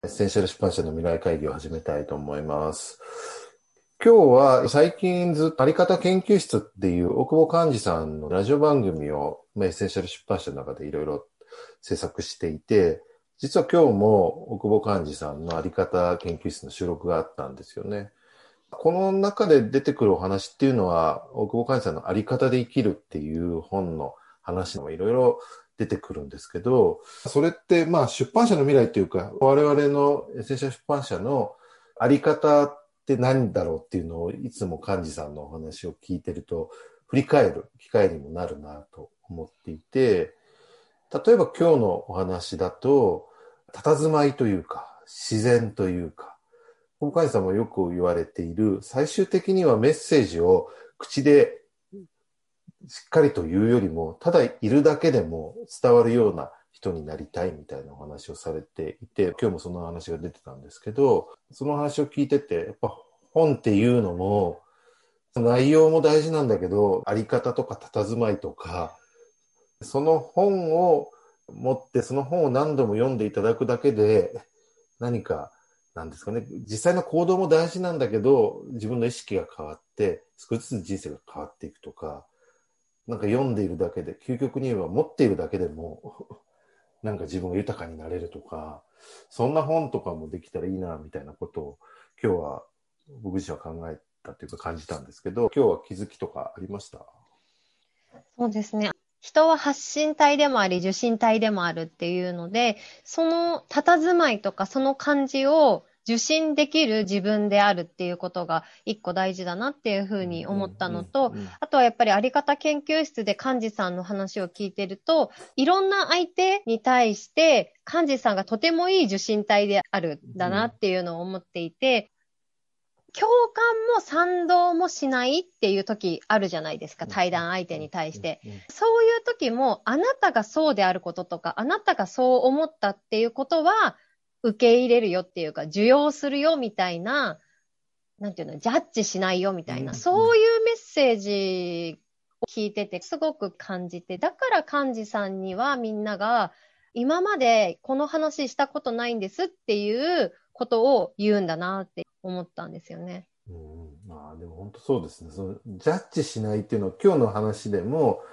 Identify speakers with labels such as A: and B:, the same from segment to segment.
A: エッセンシャル出版社の未来会議を始めたいと思います。今日は最近ずっとあり方研究室っていう大久保寛治さんのラジオ番組をエッセンシャル出版社の中でいろいろ制作していて、実は今日も大久保寛治さんのあり方研究室の収録があったんですよね。この中で出てくるお話っていうのは、大久保寛治さんのあり方で生きるっていう本の話もいろいろ出てくるんですけど、それって出版社の未来というか、我々のエッセンシャル出版社のあり方って何だろうっていうのをいつも寛治さんのお話を聞いてると振り返る機会にもなるなと思っていて、例えば今日のお話だと、佇まいというか、自然というか、今回さんもよく言われている、最終的にはメッセージを口でしっかりと言うよりも、ただいるだけでも伝わるような人になりたいみたいなお話をされていて、今日もその話が出てたんですけど、その話を聞いてて、やっぱ本っていうのも、内容も大事なんだけど、あり方とか佇まいとか、その本を持って、その本を何度も読んでいただくだけで、何か、なんですかね、実際の行動も大事なんだけど、自分の意識が変わって、少しずつ人生が変わっていくとか、なんか読んでいるだけで、究極に言えば持っているだけでも、なんか自分が豊かになれるとか、そんな本とかもできたらいいな、みたいなことを、今日は僕自身は考えたというか感じたんですけど、今日は気づきとかありました？
B: そうですね。人は発信体でもあり受信体でもあるっていうので、その佇まいとかその感じを受信できる自分であるっていうことが一個大事だなっていうふうに思ったのと、あとはやっぱりあり方研究室で幹事さんの話を聞いてると、いろんな相手に対して幹事さんがとてもいい受信体であるんだなっていうのを思っていて、共感も賛同もしないっていう時あるじゃないですか、対談相手に対して。そういう時も、あなたがそうであることとか、あなたがそう思ったっていうことは、受け入れるよっていうか、受容するよみたいな、なんていうの、ジャッジしないよみたいな、そういうメッセージを聞いてて、すごく感じて、だから幹事さんにはみんなが、今までこの話したことないんですっていうことを言うんだなって思ったんですよね。
A: でも本当そうですね。そのジャッジしないっていうのは今日の話でも、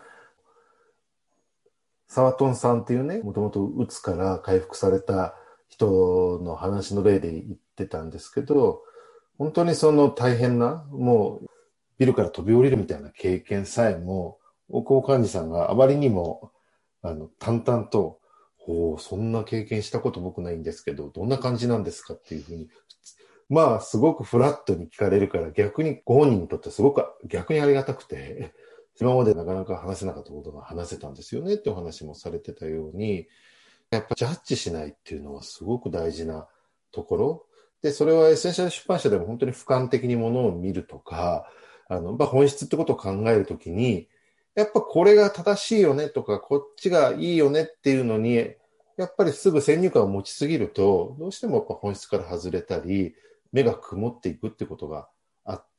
A: サワトンさんっていうね、もともとうつから回復された人の話の例で言ってたんですけど、本当にその大変な、もうビルから飛び降りるみたいな経験さえも、大久保寛治さんがあまりにも、淡々と、そんな経験したこと僕ないんですけど、どんな感じなんですかっていうふうに、すごくフラットに聞かれるから、逆にご本人にとってすごく逆にありがたくて、今までなかなか話せなかったことが話せたんですよねってお話もされてたように、やっぱジャッジしないっていうのはすごく大事なところ。で、それはエッセンシャル出版社でも本当に俯瞰的にものを見るとか、本質ってことを考えるときに、やっぱこれが正しいよねとか、こっちがいいよねっていうのに、やっぱりすぐ先入観を持ちすぎると、どうしてもやっぱ本質から外れたり、目が曇っていくってことがあって、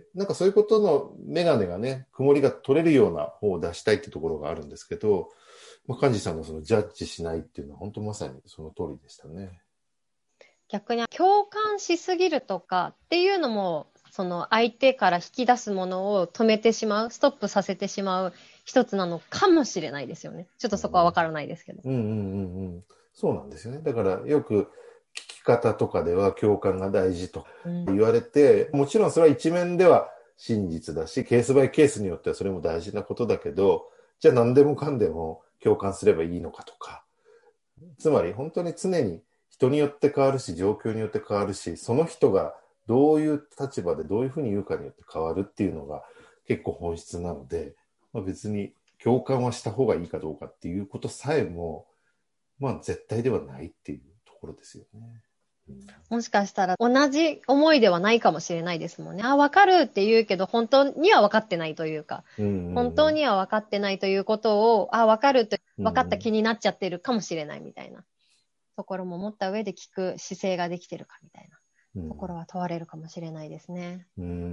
A: なんかそういうことのメガネがね、曇りが取れるような方を出したいってところがあるんですけど、幹事さんのそのジャッジしないっていうのは本当まさにその通りでしたね。
B: 逆に共感しすぎるとかっていうのも、その相手から引き出すものを止めてしまう、ストップさせてしまう一つなのかもしれないですよね。ちょっとそこはわからないですけど。
A: そうなんですよね。だからよく聞き方とかでは共感が大事と
B: うん、
A: 言われて、もちろんそれは一面では真実だし、ケースバイケースによってはそれも大事なことだけど、じゃあ何でもかんでも共感すればいいのかとか、つまり本当に常に人によって変わるし、状況によって変わるし、その人がどういう立場でどういうふうに言うかによって変わるっていうのが結構本質なので、別に共感はした方がいいかどうかっていうことさえも、絶対ではないっていうところですよね。
B: もしかしたら同じ思いではないかもしれないですもんね。あ、わかるって言うけど、本当には分かってないというか、本当には分かってないということを、あ、わかるって分かった気になっちゃってるかもしれないみたいなところも持った上で聞く姿勢ができてるかみたいなところは問われるかもしれないですね。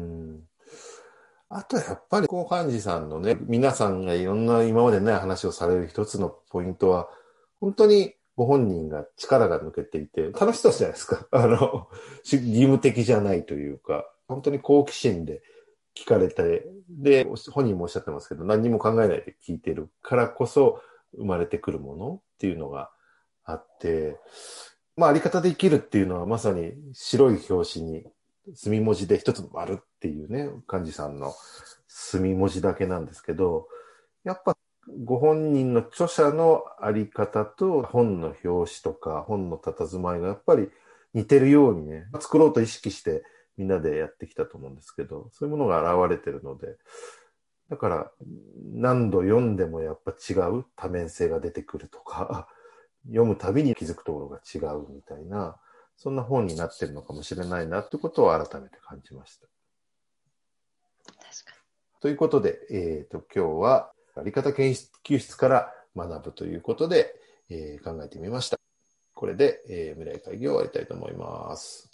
A: あとやっぱり、こう、幹事さんのね、皆さんがいろんな今までない話をされる一つのポイントは、本当にご本人が力が抜けていて、楽しそうじゃないですか。義務的じゃないというか、本当に好奇心で聞かれて、で、本人もおっしゃってますけど、何にも考えないで聞いてるからこそ生まれてくるものっていうのがあって、まあ、あり方で生きるっていうのはまさに白い表紙に墨文字で一つの丸っていうね、幹事さんの墨文字だけなんですけど、やっぱご本人の著者のあり方と本の表紙とか本の佇まいがやっぱり似てるようにね、作ろうと意識してみんなでやってきたと思うんですけど、そういうものが現れてるので、だから何度読んでもやっぱ違う多面性が出てくるとか、読むたびに気づくところが違うみたいな、そんな本になってるのかもしれないなってことを改めて感じました。
B: 確か
A: ということで、今日はあり方研究室から学ぶということで、考えてみました。これで、未来会議を終わりたいと思います。